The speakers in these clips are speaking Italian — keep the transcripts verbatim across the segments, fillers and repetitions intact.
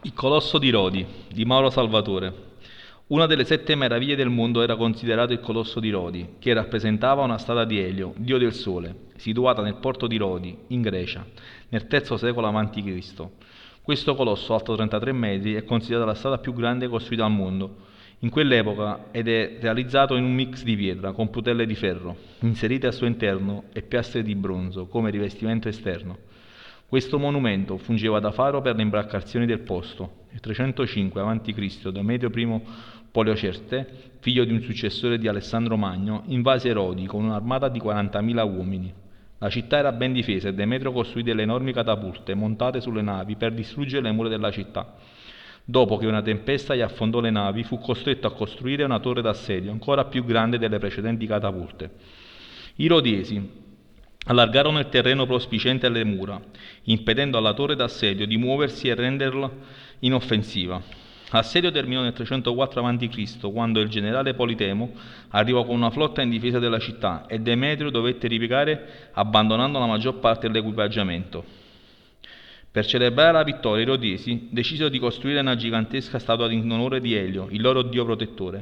Il Colosso di Rodi di Mauro Salvatore. Una delle sette meraviglie del mondo era considerato il Colosso di Rodi, che rappresentava una statua di Elio, dio del sole, situata nel porto di Rodi, in Grecia, nel terzo secolo avanti Cristo Questo colosso, alto trentatré metri, è considerato la statua più grande costruita al mondo in quell'epoca ed è realizzato in un mix di pietra con putelle di ferro, inserite al suo interno, e piastre di bronzo come rivestimento esterno. Questo monumento fungeva da faro per le imbarcazioni del posto. Nel trecentocinque avanti Cristo Demetrio I Poliocerte, figlio di un successore di Alessandro Magno, invase Rodi con un'armata di quarantamila uomini. La città era ben difesa e Demetrio costruì delle enormi catapulte montate sulle navi per distruggere le mura della città. Dopo che una tempesta gli affondò le navi, fu costretto a costruire una torre d'assedio ancora più grande delle precedenti catapulte. I rodiesi allargarono il terreno prospiciente alle mura, impedendo alla torre d'assedio di muoversi e renderla inoffensiva. L'assedio terminò nel trecentoquattro avanti Cristo, quando il generale Politemo arrivò con una flotta in difesa della città e Demetrio dovette ripiegare abbandonando la maggior parte dell'equipaggiamento. Per celebrare la vittoria, i rodiesi decisero di costruire una gigantesca statua in onore di Elio, il loro dio protettore.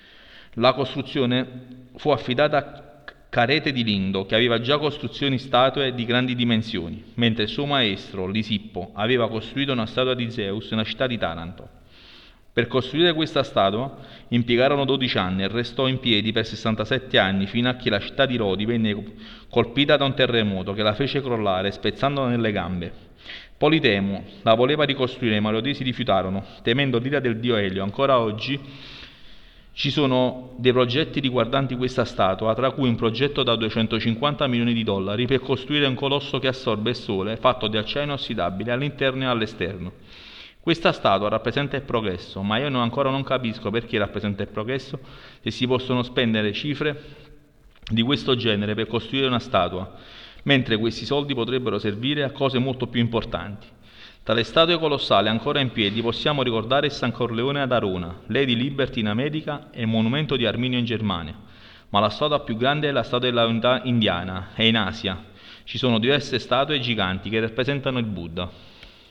La costruzione fu affidata a Carete di Lindo, che aveva già costruzioni statue di grandi dimensioni, mentre il suo maestro, Lisippo, aveva costruito una statua di Zeus nella città di Taranto. Per costruire questa statua impiegarono dodici anni e restò in piedi per sessantasette anni, fino a che la città di Rodi venne colpita da un terremoto che la fece crollare, spezzandola nelle gambe. Politemo la voleva ricostruire, ma i rodiesi rifiutarono, temendo l'ira del dio Elio. Ancora oggi ci sono dei progetti riguardanti questa statua, tra cui un progetto da duecentocinquanta milioni di dollari per costruire un colosso che assorbe il sole, fatto di acciaio inossidabile all'interno e all'esterno. Questa statua rappresenta il progresso, ma io non, ancora non capisco perché rappresenta il progresso se si possono spendere cifre di questo genere per costruire una statua, mentre questi soldi potrebbero servire a cose molto più importanti. Tra le statue colossali ancora in piedi possiamo ricordare il San Corleone ad Arona, Lady Liberty in America e il monumento di Arminio in Germania, ma la statua più grande è la Statua della Unità indiana, è in Asia. Ci sono diverse statue giganti che rappresentano il Buddha.